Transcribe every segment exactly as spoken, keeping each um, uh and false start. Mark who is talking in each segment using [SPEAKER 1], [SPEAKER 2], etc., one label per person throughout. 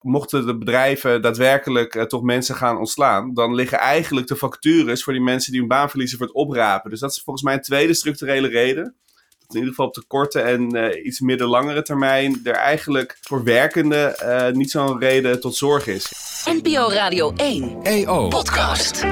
[SPEAKER 1] mochten de bedrijven daadwerkelijk uh, toch mensen gaan ontslaan, dan liggen eigenlijk de vacatures voor die mensen die hun baan verliezen voor het oprapen. Dus dat is volgens mij een tweede structurele reden. Dat in ieder geval op de korte en uh, iets midden-langere termijn er eigenlijk voor werkenden uh, niet zo'n reden tot zorg is.
[SPEAKER 2] N P O Radio één.
[SPEAKER 3] E O.
[SPEAKER 2] Podcast.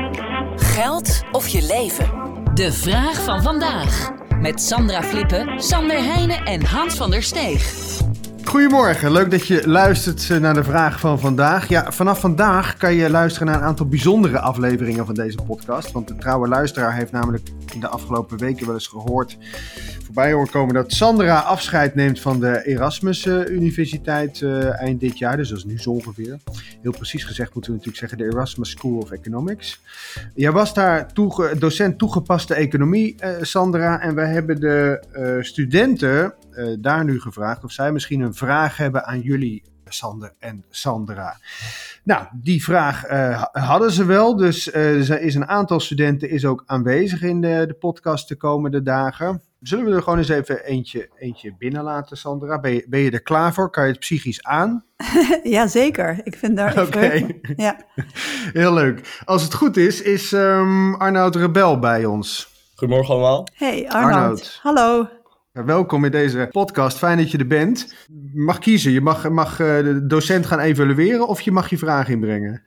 [SPEAKER 2] Geld of je leven? De vraag van vandaag. Met Sandra Flippen, Sander Heijnen en Hans van der Steeg.
[SPEAKER 4] Goedemorgen, leuk dat je luistert naar de vraag van vandaag. Ja, vanaf vandaag kan je luisteren naar een aantal bijzondere afleveringen van deze podcast. Want de trouwe luisteraar heeft namelijk in de afgelopen weken wel eens gehoord, voorbij horen komen, dat Sandra afscheid neemt van de Erasmus uh, Universiteit uh, eind dit jaar. Dus dat is nu zo ongeveer. Heel precies gezegd moeten we natuurlijk zeggen de Erasmus School of Economics. Jij was daar toege- docent toegepaste economie, uh, Sandra. En wij hebben de uh, studenten uh, daar nu gevraagd of zij misschien een vraag hebben aan jullie, Sander en Sandra. Nou, die vraag uh, hadden ze wel. Dus uh, er is een aantal studenten is ook aanwezig in de, de podcast de komende dagen. Zullen we er gewoon eens even eentje, eentje binnen laten, Sandra? Ben je, ben je er klaar voor? Kan je het psychisch aan?
[SPEAKER 5] Ja, zeker. Ik vind daar
[SPEAKER 4] Oké. Okay.
[SPEAKER 5] Ja.
[SPEAKER 4] Heel leuk. Als het goed is, is um, Arnoud Rebel bij ons.
[SPEAKER 6] Goedemorgen allemaal.
[SPEAKER 5] Hey Arnoud. Arnoud. Hallo.
[SPEAKER 4] Welkom in deze podcast. Fijn dat je er bent. Je mag kiezen. Je mag, mag uh, de docent gaan evalueren of je mag je vraag inbrengen.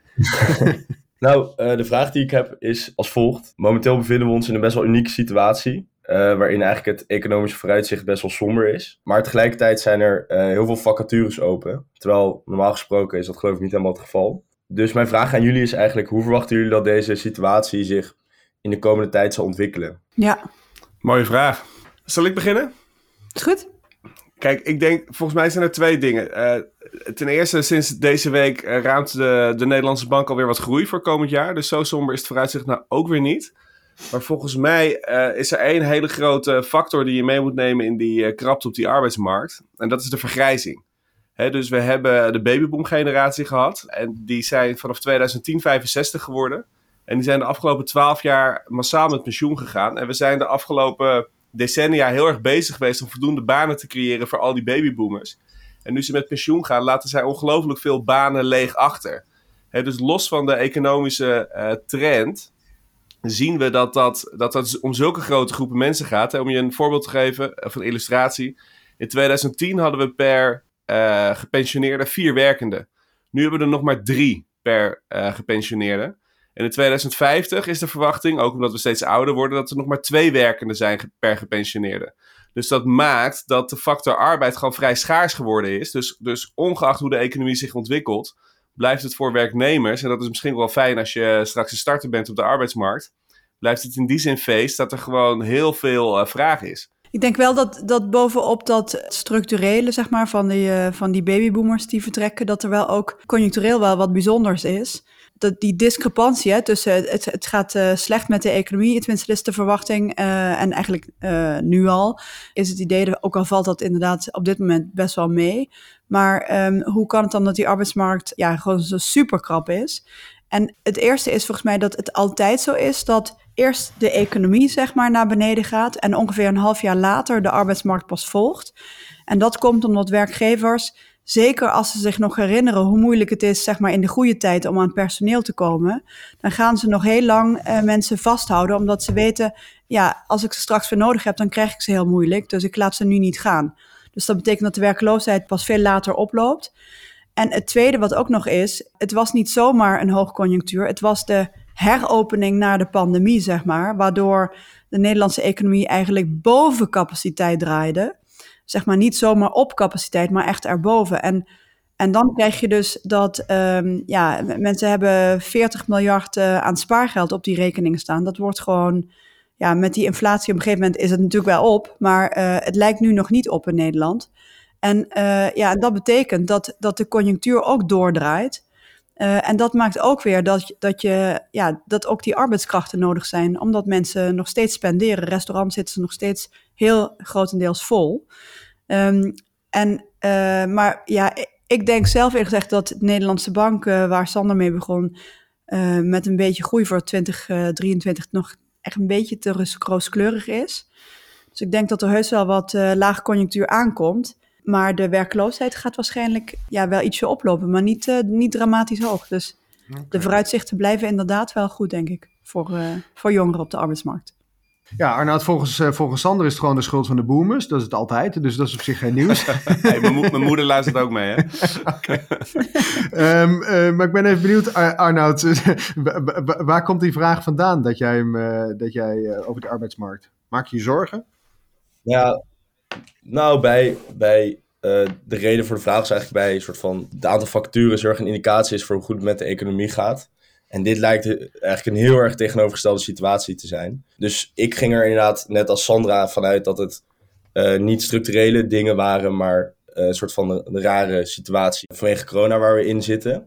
[SPEAKER 6] Nou, uh, de vraag die ik heb is als volgt. Momenteel bevinden we ons in een best wel unieke situatie. Uh, waarin eigenlijk het economische vooruitzicht best wel somber is. Maar tegelijkertijd zijn er uh, heel veel vacatures open. Terwijl normaal gesproken is dat geloof ik niet helemaal het geval. Dus mijn vraag aan jullie is eigenlijk, hoe verwachten jullie dat deze situatie zich in de komende tijd zal ontwikkelen?
[SPEAKER 5] Ja.
[SPEAKER 1] Mooie vraag. Zal ik beginnen?
[SPEAKER 5] Is goed.
[SPEAKER 1] Kijk, ik denk, volgens mij zijn er twee dingen. Uh, ten eerste, sinds deze week uh, raamt de, de Nederlandse bank alweer wat groei voor komend jaar. Dus zo somber is het vooruitzicht nou ook weer niet. Maar volgens mij uh, is er één hele grote factor die je mee moet nemen in die uh, krapte op die arbeidsmarkt. En dat is de vergrijzing. Hè, dus we hebben de babyboom-generatie gehad. En die zijn vanaf twintig tien vijfenzestig geworden. En die zijn de afgelopen twaalf jaar massaal met pensioen gegaan. En we zijn de afgelopen decennia heel erg bezig geweest om voldoende banen te creëren voor al die babyboomers. En nu ze met pensioen gaan, laten zij ongelooflijk veel banen leeg achter. Hè, dus los van de economische uh, trend zien we dat dat, dat dat om zulke grote groepen mensen gaat. Hè. Om je een voorbeeld te geven, of een illustratie. In twintig tien hadden we per uh, gepensioneerde vier werkenden. Nu hebben we er nog maar drie per uh, gepensioneerde. En in twintig vijftig is de verwachting, ook omdat we steeds ouder worden, dat er nog maar twee werkenden zijn per gepensioneerde. Dus dat maakt dat de factor arbeid gewoon vrij schaars geworden is. Dus, dus ongeacht hoe de economie zich ontwikkelt, blijft het voor werknemers, en dat is misschien wel fijn als je straks een starter bent op de arbeidsmarkt, blijft het in die zin feest dat er gewoon heel veel uh, vraag is.
[SPEAKER 5] Ik denk wel dat, dat bovenop dat structurele, zeg maar, van die, uh, van die babyboomers die vertrekken, dat er wel ook conjunctureel wel wat bijzonders is. Dat die discrepantie hè, tussen het, het gaat uh, slecht met de economie, tenminste dat is de verwachting. Uh, en eigenlijk uh, nu al is het idee, ook al valt dat inderdaad op dit moment best wel mee. Maar um, hoe kan het dan dat die arbeidsmarkt ja, gewoon zo super krap is? En het eerste is volgens mij dat het altijd zo is dat eerst de economie zeg maar naar beneden gaat en ongeveer een half jaar later de arbeidsmarkt pas volgt. En dat komt omdat werkgevers, zeker als ze zich nog herinneren hoe moeilijk het is zeg maar in de goede tijd om aan personeel te komen, dan gaan ze nog heel lang uh, mensen vasthouden omdat ze weten, ja, als ik ze straks weer nodig heb, dan krijg ik ze heel moeilijk, dus ik laat ze nu niet gaan. Dus dat betekent dat de werkloosheid pas veel later oploopt. En het tweede wat ook nog is, het was niet zomaar een hoogconjunctuur. Het was de heropening na de pandemie, zeg maar. Waardoor de Nederlandse economie eigenlijk boven capaciteit draaide. Zeg maar niet zomaar op capaciteit, maar echt erboven. En, en dan krijg je dus dat um, ja, mensen hebben veertig miljard uh, aan spaargeld op die rekening staan. Dat wordt gewoon, ja, met die inflatie op een gegeven moment is het natuurlijk wel op. Maar uh, het lijkt nu nog niet op in Nederland. En uh, ja, dat betekent dat, dat de conjunctuur ook doordraait. Uh, en dat maakt ook weer dat, dat, je, ja, dat ook die arbeidskrachten nodig zijn. Omdat mensen nog steeds spenderen. Restaurants zitten ze nog steeds heel grotendeels vol. Um, en, uh, maar ja, ik denk zelf eerlijk gezegd dat de Nederlandse bank, uh, waar Sander mee begon, uh, met een beetje groei voor twintig drieëntwintig nog echt een beetje te rooskleurig is. Dus ik denk dat er heus wel wat uh, laagconjunctuur aankomt. Maar de werkloosheid gaat waarschijnlijk ja, wel ietsje oplopen, maar niet, uh, niet dramatisch hoog. Dus okay. De vooruitzichten blijven inderdaad wel goed, denk ik, voor, uh, voor jongeren op de arbeidsmarkt.
[SPEAKER 4] Ja, Arnoud, volgens, uh, volgens Sander is het gewoon de schuld van de boomers. Dat is het altijd, dus dat is op zich geen nieuws.
[SPEAKER 1] Hey, mijn, mo- mijn moeder luistert ook mee, hè?
[SPEAKER 4] Okay. um, uh, maar ik ben even benieuwd, Ar- Arnoud, waar komt die vraag vandaan dat jij, hem, uh, dat jij uh, over de arbeidsmarkt? Maak je je zorgen?
[SPEAKER 6] Ja, nou, bij, bij uh, de reden voor de vraag is eigenlijk bij een soort van het aantal vacatures heel erg een indicatie is voor hoe goed het met de economie gaat. En dit lijkt eigenlijk een heel erg tegenovergestelde situatie te zijn. Dus ik ging er inderdaad, net als Sandra, vanuit dat het uh, niet structurele dingen waren, maar uh, een soort van een rare situatie vanwege corona waar we in zitten.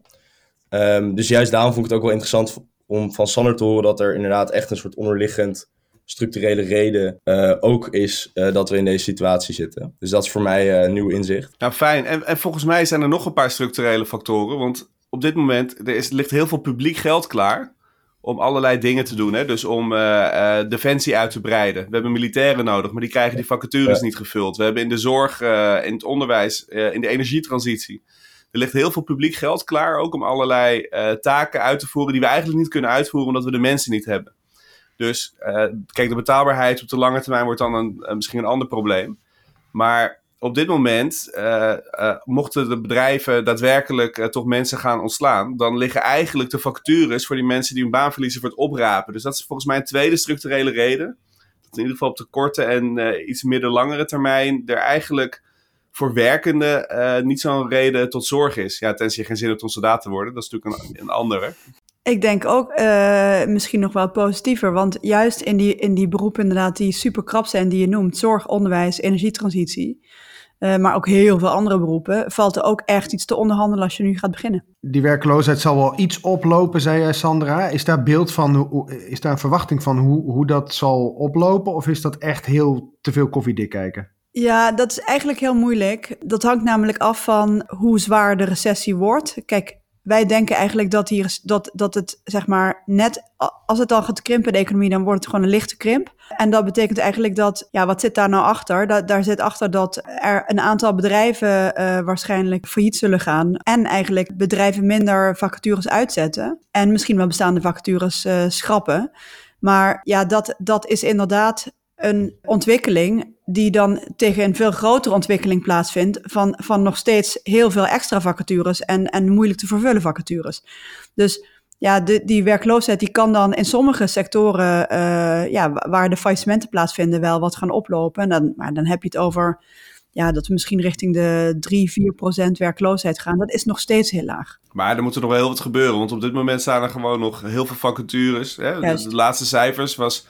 [SPEAKER 6] Um, dus juist daarom vond ik het ook wel interessant om van Sander te horen dat er inderdaad echt een soort onderliggend structurele reden uh, ook is uh, dat we in deze situatie zitten. Dus dat is voor mij uh, een nieuw inzicht.
[SPEAKER 1] Nou, fijn. En, en volgens mij zijn er nog een paar structurele factoren, want op dit moment er is, ligt heel veel publiek geld klaar om allerlei dingen te doen. Hè? Dus om uh, uh, defensie uit te breiden. We hebben militairen nodig, maar die krijgen die vacatures ja. niet gevuld. We hebben in de zorg, uh, in het onderwijs, uh, in de energietransitie. Er ligt heel veel publiek geld klaar ook om allerlei uh, taken uit te voeren die we eigenlijk niet kunnen uitvoeren omdat we de mensen niet hebben. Dus uh, kijk, de betaalbaarheid op de lange termijn wordt dan een, uh, misschien een ander probleem. Maar op dit moment, uh, uh, mochten de bedrijven daadwerkelijk uh, toch mensen gaan ontslaan, dan liggen eigenlijk de vacatures voor die mensen die hun baan verliezen voor het oprapen. Dus dat is volgens mij een tweede structurele reden. Dat in ieder geval op de korte en uh, iets middelangere termijn er eigenlijk voor werkenden uh, niet zo'n reden tot zorg is. Ja, tenzij je geen zin hebt om soldaat te worden. Dat is natuurlijk een, een andere.
[SPEAKER 5] Ik denk ook uh, misschien nog wel positiever, want juist in die, in die beroepen inderdaad die super krap zijn die je noemt, zorg, onderwijs, energietransitie, uh, maar ook heel veel andere beroepen, valt er ook echt iets te onderhandelen als je nu gaat beginnen.
[SPEAKER 4] Die werkloosheid zal wel iets oplopen, zei jij, Sandra. Is daar beeld van, hoe, is daar een verwachting van hoe, hoe dat zal oplopen, of is dat echt heel te veel koffiedik kijken?
[SPEAKER 5] Ja, dat is eigenlijk heel moeilijk. Dat hangt namelijk af van hoe zwaar de recessie wordt. Kijk, wij denken eigenlijk dat, hier, dat, dat het, zeg maar, net als het dan gaat krimpen in de economie, dan wordt het gewoon een lichte krimp. En dat betekent eigenlijk dat, ja, wat zit daar nou achter? Da- daar zit achter dat er een aantal bedrijven uh, waarschijnlijk failliet zullen gaan. En eigenlijk bedrijven minder vacatures uitzetten. En misschien wel bestaande vacatures uh, schrappen. Maar ja, dat, dat is inderdaad een ontwikkeling die dan tegen een veel grotere ontwikkeling plaatsvindt van, van nog steeds heel veel extra vacatures en, en moeilijk te vervullen vacatures. Dus ja, de, die werkloosheid die kan dan in sommige sectoren uh, ja, waar de faillissementen plaatsvinden wel wat gaan oplopen. En dan, maar dan heb je het over ja, dat we misschien richting de drie, vier procent werkloosheid gaan. Dat is nog steeds heel laag.
[SPEAKER 1] Maar er moet er nog wel heel wat gebeuren, want op dit moment staan er gewoon nog heel veel vacatures. Hè? De, de laatste cijfers was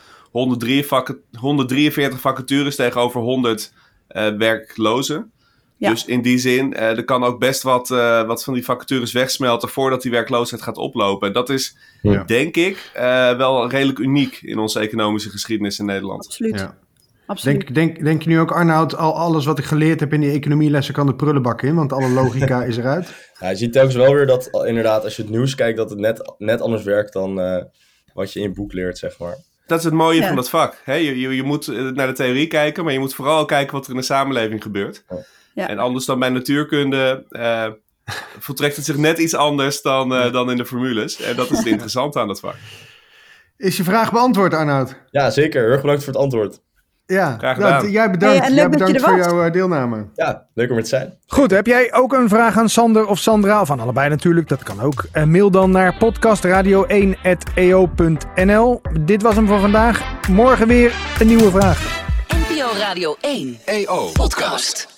[SPEAKER 1] honderddrieënveertig vacatures tegenover honderd uh, werklozen. Ja. Dus in die zin, uh, er kan ook best wat, uh, wat van die vacatures wegsmelten voordat die werkloosheid gaat oplopen. En dat is, ja. denk ik, uh, wel redelijk uniek in onze economische geschiedenis in Nederland.
[SPEAKER 5] Absoluut.
[SPEAKER 4] Ja.
[SPEAKER 5] Absoluut.
[SPEAKER 4] Denk, denk, denk je nu ook, Arnoud, al alles wat ik geleerd heb in die economielessen kan de prullenbak in, want alle logica is eruit?
[SPEAKER 6] Ja, je ziet telkens wel weer dat, inderdaad, als je het nieuws kijkt, dat het net, net anders werkt dan uh, wat je in je boek leert, zeg maar.
[SPEAKER 1] Dat is het mooie
[SPEAKER 5] ja.
[SPEAKER 1] van dat vak. He, je, je, je moet naar de theorie kijken, maar je moet vooral kijken wat er in de samenleving gebeurt. Ja. En anders dan bij natuurkunde uh, voltrekt het zich net iets anders dan, uh, dan in de formules. En dat is het interessante aan dat vak.
[SPEAKER 4] Is je vraag beantwoord, Arnoud?
[SPEAKER 6] Ja, zeker. Heel erg bedankt voor het antwoord.
[SPEAKER 4] Ja,
[SPEAKER 1] graag gedaan.
[SPEAKER 4] Nou, jij bedankt,
[SPEAKER 5] hey,
[SPEAKER 4] jij bedankt voor jouw deelname.
[SPEAKER 6] Ja, leuk om er te zijn.
[SPEAKER 3] Goed, heb jij ook een vraag aan Sander of Sandra? Of aan allebei natuurlijk, dat kan ook. Uh, mail dan naar podcastradio één at e o punt n l. Dit was hem voor vandaag. Morgen weer een nieuwe vraag.
[SPEAKER 2] N P O Radio één E O Podcast.